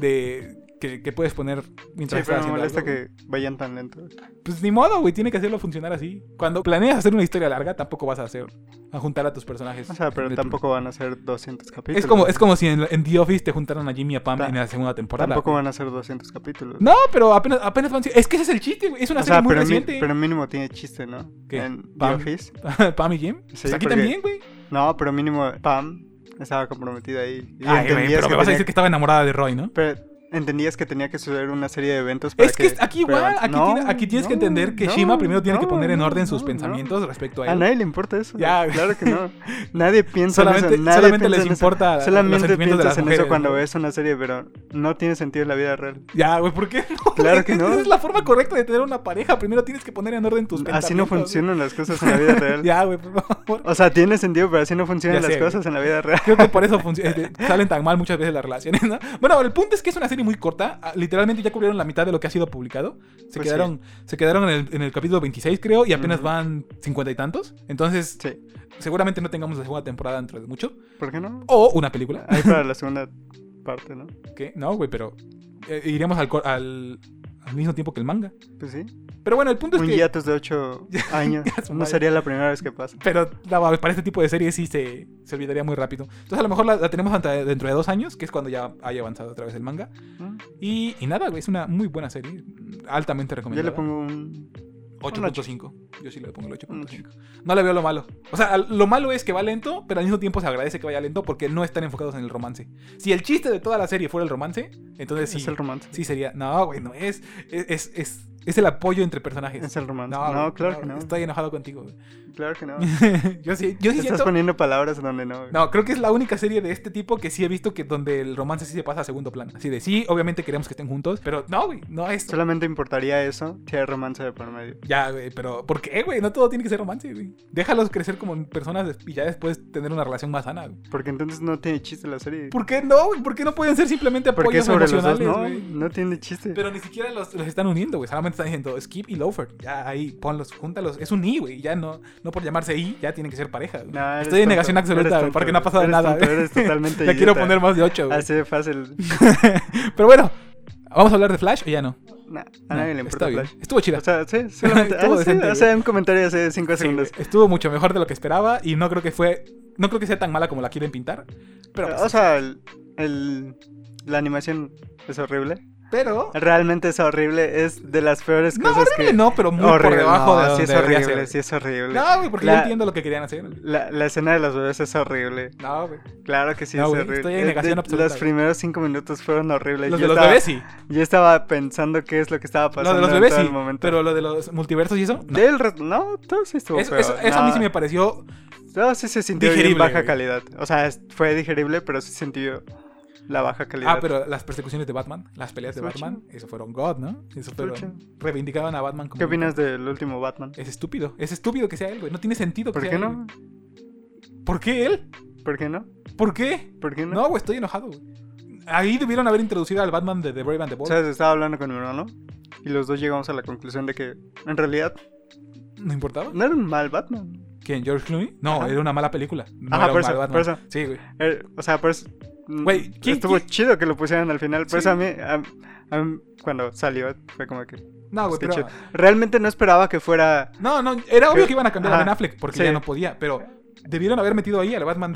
que puedes poner Sí, mientras pero estás me haciendo molesta algo. que vayan tan lento. Pues ni modo, güey, tiene que hacerlo funcionar así. Cuando planeas hacer una historia larga, tampoco vas a juntar a tus personajes. O sea, pero en el tampoco van a ser 200 capítulos. Es como si en The Office te juntaran a Jimmy y a Pam Ta- en la segunda temporada. Tampoco güey. van a ser 200 capítulos. No, pero apenas van... Es que ese es el chiste, güey. Es una O serie sea, muy pero, reciente. pero mínimo tiene chiste, ¿no? ¿Qué? En The Pam. Office. Pam y Jim. Sí, Pues aquí porque- también, güey. No, pero mínimo Pam estaba comprometida ahí. Y Ay, güey, pero me vas a tenía decir que estaba enamorada de Roy, ¿no? Pero entendías que tenía que suceder una serie de eventos para Es que aquí pero igual, no, aquí tienes que no, entender que no, Shima primero tiene que no, poner en no, orden sus no, pensamientos respecto a A él. nadie le importa eso. Ya, Claro que no. Nadie piensa en eso. Nadie solamente piensa les en eso. importa los Solamente sentimientos de las piensas en mujeres, eso cuando ¿no? ves una serie, pero no tiene sentido en la vida real. Ya, güey, ¿por qué no? Claro que no. Esa es la forma correcta de tener una pareja. Primero tienes que poner en orden tus pensamientos. Así no funcionan las cosas en la vida real. Ya, güey, por favor. O sea, tiene sentido, pero así no funcionan Ya las sé, cosas en la vida real. Creo que por eso salen tan mal muchas veces las relaciones, ¿no? Bueno, el punto es que es una serie muy corta. Literalmente ya cubrieron la mitad de lo que ha sido publicado. Se Pues quedaron en el capítulo 26, creo, y apenas Ujú. van 50 y tantos. Entonces, Sí. seguramente no tengamos la segunda temporada dentro de mucho. ¿Por qué no? O una película. Ahí para la segunda parte, ¿no? ¿Qué? No, güey, pero iremos al mismo tiempo que el manga. Pues sí. Pero bueno, el punto es Un que... hiatus de 8 años. Ya su No madre. sería la primera vez que pasa. Pero no, para este tipo de series sí se olvidaría muy rápido. Entonces a lo mejor la tenemos dentro de 2 años, que es cuando ya haya avanzado otra vez el manga. Y nada, güey, es una muy buena serie. Altamente Yo recomendada. le pongo un 8.5. Yo sí le pongo el 8.5. No le veo lo malo. O sea, lo malo es que va lento, pero al mismo tiempo se agradece que vaya lento porque no están enfocados en el romance. Si el chiste de toda la serie fuera el romance, entonces sí. Es el romance. Sí sería. No, güey, no es. Es el apoyo entre personajes. Es el romance. No, No, güey, claro que no. Estoy enojado contigo, güey. Claro que no. yo sí Estás siento... poniendo palabras donde no. Güey. No, creo que es la única serie de este tipo que sí he visto que donde el romance sí se pasa a segundo plano. Así de sí, obviamente queremos que estén juntos, pero no, güey, no es... Solamente importaría eso si hay romance de por medio. Ya, güey, pero ¿por qué, güey? No todo tiene que ser romance, güey. Déjalos crecer como personas y ya después tener una relación más sana, güey. Porque entonces no tiene chiste la serie. ¿Por qué no, güey? ¿Por qué no pueden ser simplemente Porque apoyos sobre los dos emocionales, no, güey? no tiene chiste. Pero ni siquiera los están uniendo, güey. Solamente están diciendo Skip y Loafer. Ya ahí, ponlos, júntalos. Es un I, güey. Ya no por llamarse I, ya tienen que ser pareja, güey. No, eres Estoy en tonto, negación eres absoluta, güey, tonto, porque no ha pasado eres nada, tonto, güey. eres totalmente Le quiero idiota. poner más de 8, güey. Así de fácil. Pero bueno, ¿vamos a hablar de Flash o ya no? Nah, a nadie le Está importa bien. Flash. Estuvo chida. O sea, sí, solamente. Estuvo sí, decente, o sea, güey. un comentario hace 5 Sí, segundos. güey, estuvo mucho mejor de lo que esperaba y no creo que sea tan mala como la quieren pintar. Pero, pues, O sea, la animación es horrible. pero Realmente es horrible. Es de las peores no, cosas horrible que. no, pero muy horrible, por debajo no, de donde sí es debería horrible, ser. sí es horrible. No, güey, porque yo La- entiendo lo que querían hacer. La escena de los bebés es horrible. No, güey. Claro que sí No, es güey, horrible. estoy en negación absoluta, Los güey. primeros 5 minutos fueron horribles. Los Yo de los estaba- bebés sí. Yo estaba pensando qué es lo que estaba Lo pasando de los en bebés todo sí. el momento. Pero lo de los multiversos y eso. No. No, todo sí estuvo Eso, feo. eso a mí sí me pareció. Todo sí se sintió bien digerible, baja güey. calidad. O sea, fue digerible, pero sí sintió la baja calidad. Pero las persecuciones de Batman, las peleas de Estuvo Batman, eso fueron God, ¿no? Eso Estuvo fueron. Reivindicaban a Batman como. ¿Qué opinas del último Batman? Es estúpido. Es estúpido que sea él, güey. No tiene sentido que ¿Por sea qué él, no? güey. ¿Por qué él? ¿Por qué no? ¿Por qué? ¿Por qué no? No, güey, estoy enojado, güey. Ahí debieron haber introducido al Batman de The Brave and the Bold. ¿Sabes? Estaba hablando con mi hermano y los dos llegamos a la conclusión de que en realidad ¿No importaba? no era un mal Batman. ¿Quién? ¿George Clooney? No, Ajá. era una mala película. No Ajá, era por un mal eso, Batman. por eso. Sí, güey. O sea, pues. Güey, ¿quién- estuvo quién- chido que lo pusieran al final. Por Sí. eso a mí, cuando salió, fue como que. No, güey, qué pero... chido. Realmente no esperaba que fuera. No, era obvio Que- que iban a cambiar a ajá, Ben Affleck porque sí. ya no podía, pero debieron haber metido ahí al Batman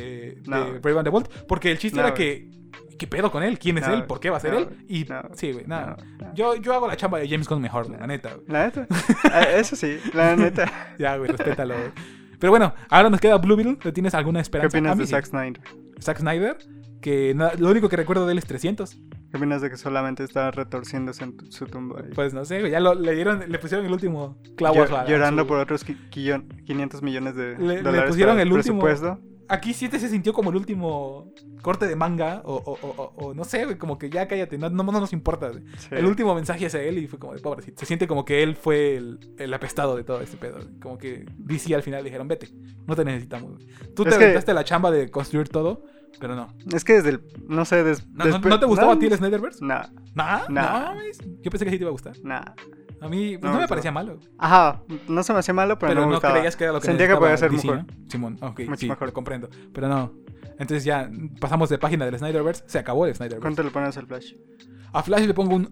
No. de Brave and the Bold porque el chiste No, era güey. que ¿qué pedo con él? ¿Quién es No, él? ¿Por qué va a ser no, él? Y no, sí, güey, nada. no. Yo hago la chamba de James Gunn mejor, la neta. Güey. La neta. Eso sí, la neta. Ya, güey, respétalo. Güey. Pero bueno, ahora nos queda Blue Beetle. ¿Le tienes alguna ¿Qué esperanza? A opinas mí de sí. Zack Snyder? Zack Snyder, que lo único que recuerdo de él es 300. ¿Qué opinas de que solamente está retorciéndose en su tumba? Ahí? Pues no sé, güey, ya le pusieron el último clavo Llorando su- por otros 500 millones de Le dólares pusieron para el último- presupuesto. Aquí sí se sintió como el último corte de manga o no sé, güey, como que ya cállate, no nos importa. Güey. Sí. El último mensaje hacia él y fue como de pobrecito. Se siente como que él fue el apestado de todo este pedo. Güey. Como que DC al final dijeron, vete, no te necesitamos. Güey. Tú te Es que- aventaste la chamba de construir todo, pero no. Es que desde el. No sé, ¿No te gustaba a ti el Snyderverse? Nah, Nah, Nah. no, mames. Yo pensé que sí te iba a gustar. nah. A mí pues, No, no me no. parecía malo. Ajá, no se me hacía malo, pero, Pero no me no gustaba. creías que era lo que Sentía que podía ser DC, mejor. ¿no? Simón, ok, Mucho sí, mejor. lo comprendo. Pero no. Entonces ya pasamos de página del Snyderverse. Se acabó el Snyderverse. ¿Cuánto le pones al Flash? A Flash le pongo un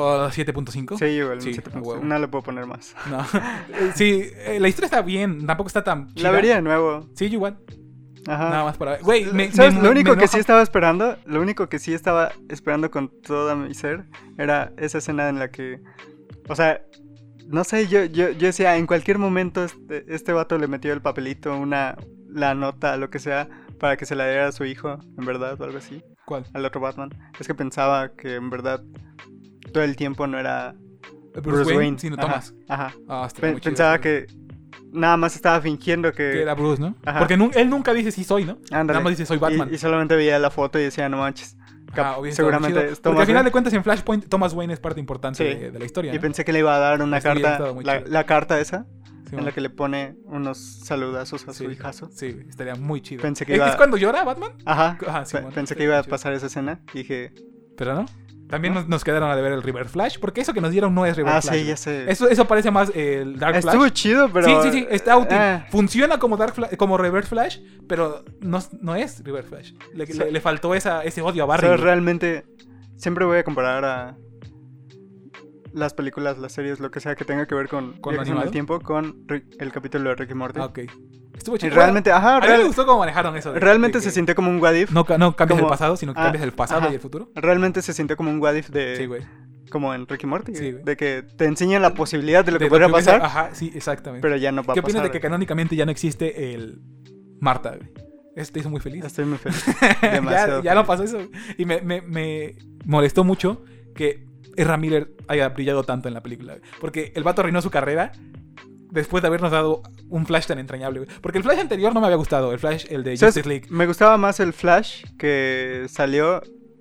7.5. Sí, igual, Sí, un 7.5. a huevo. No le puedo poner más. No. Sí, la historia está bien. Tampoco está tan chida. La vería de nuevo. Sí, yo igual. Ajá. Nada más para ver. Güey, ¿Sabes? Lo único que enoja- sí estaba esperando, lo único que sí estaba esperando con toda mi ser, era esa escena en la que, o sea, no sé, yo decía, en cualquier momento este vato le metió el papelito, la nota, lo que sea, para que se la diera a su hijo, en verdad, o algo así, ¿Cuál? al otro Batman. Es que pensaba que en verdad todo el tiempo no era Bruce Wayne, sino Ajá, Thomas. Ajá. Ah, estaría muy chido Pensaba eso. que nada más estaba fingiendo Que era Bruce, ¿no? Ajá. Porque él nunca dice sí soy, ¿no? Ándale. Nada más dice soy Batman. Y solamente veía la foto y decía, no manches. Hubiera estado seguramente muy chido. es Porque Thomas al final Wayne. de cuentas en Flashpoint Thomas Wayne es parte importante Sí. de la historia, Y ¿no? pensé que le iba a dar una Eso hubiera carta, estado muy chido. la carta esa, Sí, en la que le pone unos saludazos a su hijazo. Sí, güey, estaría muy chido. Pensé que ¿Es iba- cuando llora Batman? Ajá, Ajá, sí, bueno, pensé que estaría iba a chido. pasar esa escena y dije, Pero no. También ¿No? nos quedaron a deber el River Flash, porque eso que nos dieron no es River Flash. sí, güey. ya sé. Eso parece más el Dark Flash. Estuvo chido, pero... Sí, está útil. eh, Funciona como como Reverse Flash, pero no es Reverse Flash. Le faltó ese odio a Barry. o sea, güey. realmente, siempre voy a comparar las películas, las series, lo que sea que tenga que ver con ¿Con lo viajes en el animado? tiempo, con el capítulo de Rick y Morty. Ah, ok. Estuvo Y chido. realmente, ajá, A mí me gustó cómo manejaron eso. realmente de se que sintió como un what if. no cambias el como- pasado, sino que cambias el pasado ajá. y el futuro. Realmente se sintió como un what if de... Sí, güey. Como en Rick y Morty. Sí, güey. De que te enseñan la posibilidad de lo que De podría hubiese- pasar, Ajá, sí, exactamente. pero ya no va a ¿Qué pasar. opinas de que canónicamente ya no existe el Marta, güey? Eso te hizo muy feliz. Estoy muy feliz. ya, Demasiado ya no feliz. pasó eso. Y me molestó mucho que Ezra Miller haya brillado tanto en la película. Porque el vato arruinó su carrera después de habernos dado un Flash tan entrañable. Güey. Porque el Flash anterior no me había gustado. El Flash, el de ¿Sabes? Justice League. Me gustaba más el Flash que salió...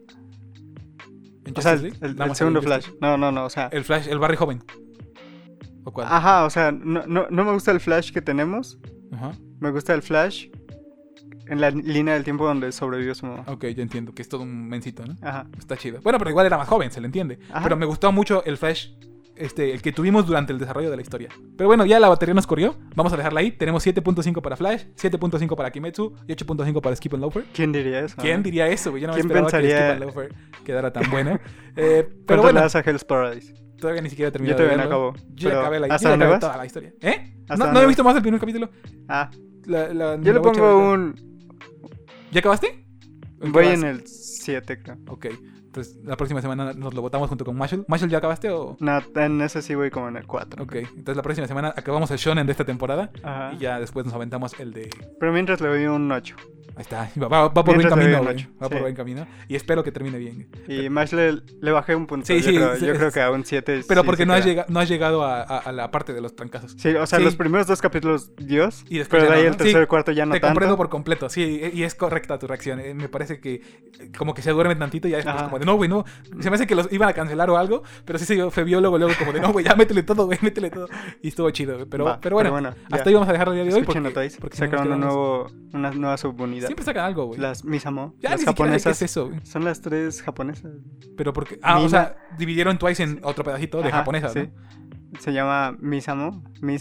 ¿En O sea, Justice League? Nada el más segundo salió en Flash. No, o sea... El Flash, el Barry joven. ¿O cuál? Ajá, o sea, no me gusta el Flash que tenemos. Ajá. Me gusta el Flash en la línea del tiempo donde sobrevivió su mamá. Ok, yo entiendo que es todo un mencito, ¿no? Ajá. Está chido. Bueno, pero igual era más joven, se le entiende. Ajá. Pero me gustó mucho el Flash, el que tuvimos durante el desarrollo de la historia. Pero bueno, ya la batería nos corrió. Vamos a dejarla ahí. Tenemos 7.5 para Flash, 7.5 para Kimetsu y 8.5 para Skip and Loafer. ¿Quién diría eso? ¿Quién diría eso, güey? Yo no me ¿Quién esperaba que pensaría- Skip and Loafer quedara tan buena. Pero ¿Cuánto le bueno, das a Hell's Paradise? todavía ni siquiera he terminado Yo de todavía no verlo. acabo. Yo ya pero acabé, ¿hasta yo ya dónde acabé vas? toda la historia. ¿Eh? ¿Hasta No dónde he vas? visto más el primer capítulo. Ah, Yo yo le pongo un... ¿Ya acabaste? ¿En qué Voy vas? en el 7, creo. Ok, entonces la próxima semana nos lo votamos junto con Marshall. ¿Marshall ya acabaste o...? No, en ese sí voy como en el 4. Ok, entonces la próxima semana acabamos el shonen de esta temporada Ajá. y ya después nos aventamos el de... Pero mientras le doy un 8. Ahí está, va por buen Mientras le doy camino, un güey. ocho, Va por sí. buen camino y espero que termine bien. Y más le bajé un punto. Sí, yo sí, creo, sí, yo es- creo que a un 7. Pero sí porque se no has, queda. no has llegado a la parte de los trancazos. Sí, o sea, Sí. los primeros 2 capítulos, Dios. Y después Pero ya de ahí no, el ¿no? tercero Sí, y cuarto ya no Te tanto. comprendo por completo, sí, y es correcta tu reacción. Me parece que como que se duermen tantito y ya después Ajá. como de no, güey, no. Se me hace que los iban a cancelar o algo, pero sí se vio luego como de no, güey, ya métele todo, güey, métele todo. Y estuvo chido, güey. Pero, Va, pero bueno, ya. hasta ahí vamos a dejarlo el día de hoy Escuchen porque, Notoys, porque si no nos sacaron quedamos- una nueva subunidad. Siempre sacan algo, güey. Las Misamo, Ya las ni siquiera sé qué japonesas. es eso, güey. Son las 3 japonesas. Pero porque... o Mina. sea, dividieron Twice en otro pedacito de Ajá, japonesa, sí. ¿no? Se llama Misamo,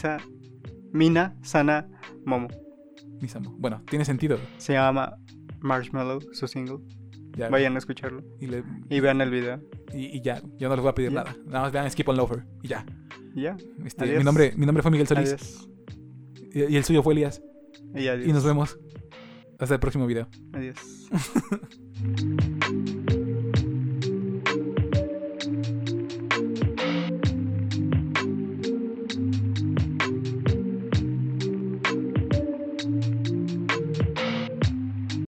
Mina, Sana, Momo. Misamo. Bueno, tiene sentido. Se llama Marshmallow, su single. Ya, Vayan a escucharlo. y, le- Y vean el video. y ya, yo no les voy a pedir Ya. nada. Nada más vean Skip on Loafer y ya. Y ya. Mi Adiós. nombre fue Miguel Solís Adiós. y el suyo fue Elías. Y adiós. Y nos vemos hasta el próximo video. Adiós.